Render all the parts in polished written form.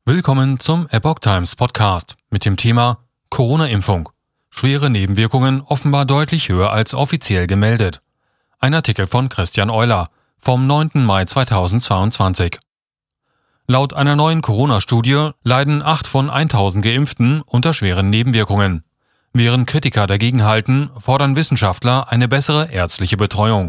Willkommen zum Epoch Times Podcast mit dem Thema Corona-Impfung. Schwere Nebenwirkungen offenbar deutlich höher als offiziell gemeldet. Ein Artikel von Christian Euler vom 9. Mai 2022. Laut einer neuen Corona-Studie leiden 8 von 1000 Geimpften unter schweren Nebenwirkungen. Während Kritiker dagegenhalten, fordern Wissenschaftler eine bessere ärztliche Betreuung.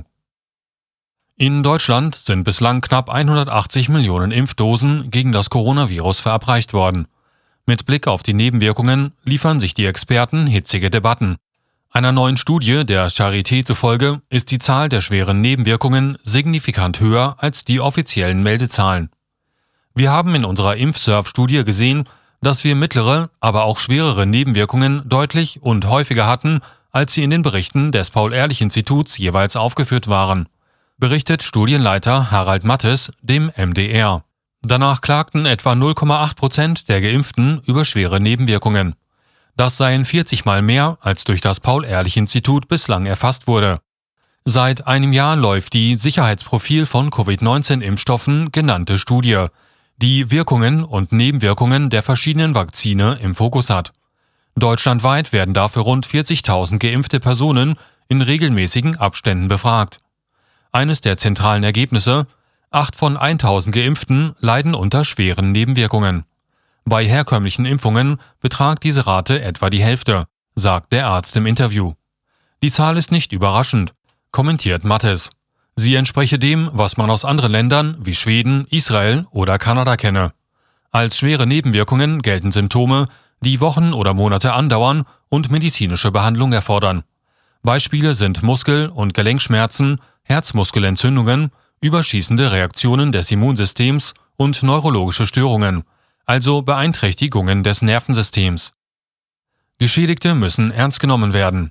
In Deutschland sind bislang knapp 180 Millionen Impfdosen gegen das Coronavirus verabreicht worden. Mit Blick auf die Nebenwirkungen liefern sich die Experten hitzige Debatten. Einer neuen Studie der Charité zufolge ist die Zahl der schweren Nebenwirkungen signifikant höher als die offiziellen Meldezahlen. Wir haben in unserer Impfsurf-Studie gesehen, dass wir mittlere, aber auch schwerere Nebenwirkungen deutlich und häufiger hatten, als sie in den Berichten des Paul-Ehrlich-Instituts jeweils aufgeführt waren, berichtet Studienleiter Harald Mattes dem MDR. Danach klagten etwa 0,8% der Geimpften über schwere Nebenwirkungen. Das seien 40 Mal mehr, als durch das Paul-Ehrlich-Institut bislang erfasst wurde. Seit einem Jahr läuft die Sicherheitsprofil von Covid-19-Impfstoffen genannte Studie, die Wirkungen und Nebenwirkungen der verschiedenen Vakzine im Fokus hat. Deutschlandweit werden dafür rund 40.000 geimpfte Personen in regelmäßigen Abständen befragt. Eines der zentralen Ergebnisse: 8 von 1000 Geimpften leiden unter schweren Nebenwirkungen. Bei herkömmlichen Impfungen betragt diese Rate etwa die Hälfte, sagt der Arzt im Interview. Die Zahl ist nicht überraschend, kommentiert Mattes. Sie entspreche dem, was man aus anderen Ländern wie Schweden, Israel oder Kanada kenne. Als schwere Nebenwirkungen gelten Symptome, die Wochen oder Monate andauern und medizinische Behandlung erfordern. Beispiele sind Muskel- und Gelenkschmerzen, Herzmuskelentzündungen, überschießende Reaktionen des Immunsystems und neurologische Störungen, also Beeinträchtigungen des Nervensystems. Geschädigte müssen ernst genommen werden.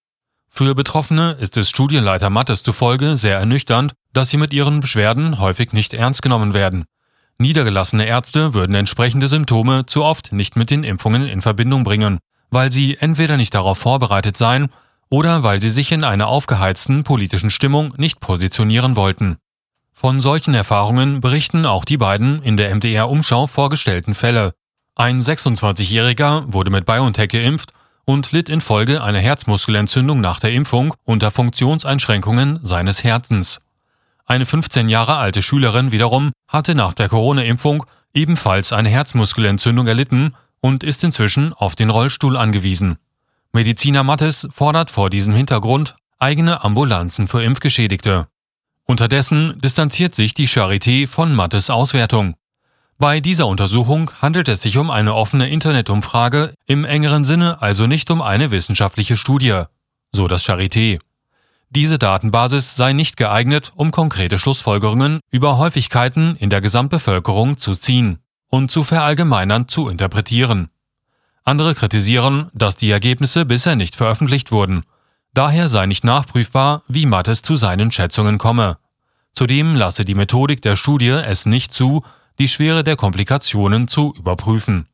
Für Betroffene ist es Studienleiter Mattes zufolge sehr ernüchternd, dass sie mit ihren Beschwerden häufig nicht ernst genommen werden. Niedergelassene Ärzte würden entsprechende Symptome zu oft nicht mit den Impfungen in Verbindung bringen, weil sie entweder nicht darauf vorbereitet seien oder weil sie sich in einer aufgeheizten politischen Stimmung nicht positionieren wollten. Von solchen Erfahrungen berichten auch die beiden in der MDR-Umschau vorgestellten Fälle. Ein 26-Jähriger wurde mit BioNTech geimpft und litt infolge einer Herzmuskelentzündung nach der Impfung unter Funktionseinschränkungen seines Herzens. Eine 15 Jahre alte Schülerin wiederum hatte nach der Corona-Impfung ebenfalls eine Herzmuskelentzündung erlitten und ist inzwischen auf den Rollstuhl angewiesen. Mediziner Mattes fordert vor diesem Hintergrund eigene Ambulanzen für Impfgeschädigte. Unterdessen distanziert sich die Charité von Mattes' Auswertung. Bei dieser Untersuchung handelt es sich um eine offene Internetumfrage, im engeren Sinne also nicht um eine wissenschaftliche Studie, so das Charité. Diese Datenbasis sei nicht geeignet, um konkrete Schlussfolgerungen über Häufigkeiten in der Gesamtbevölkerung zu ziehen und zu verallgemeinern zu interpretieren. Andere kritisieren, dass die Ergebnisse bisher nicht veröffentlicht wurden. Daher sei nicht nachprüfbar, wie Mattes zu seinen Schätzungen komme. Zudem lasse die Methodik der Studie es nicht zu, die Schwere der Komplikationen zu überprüfen.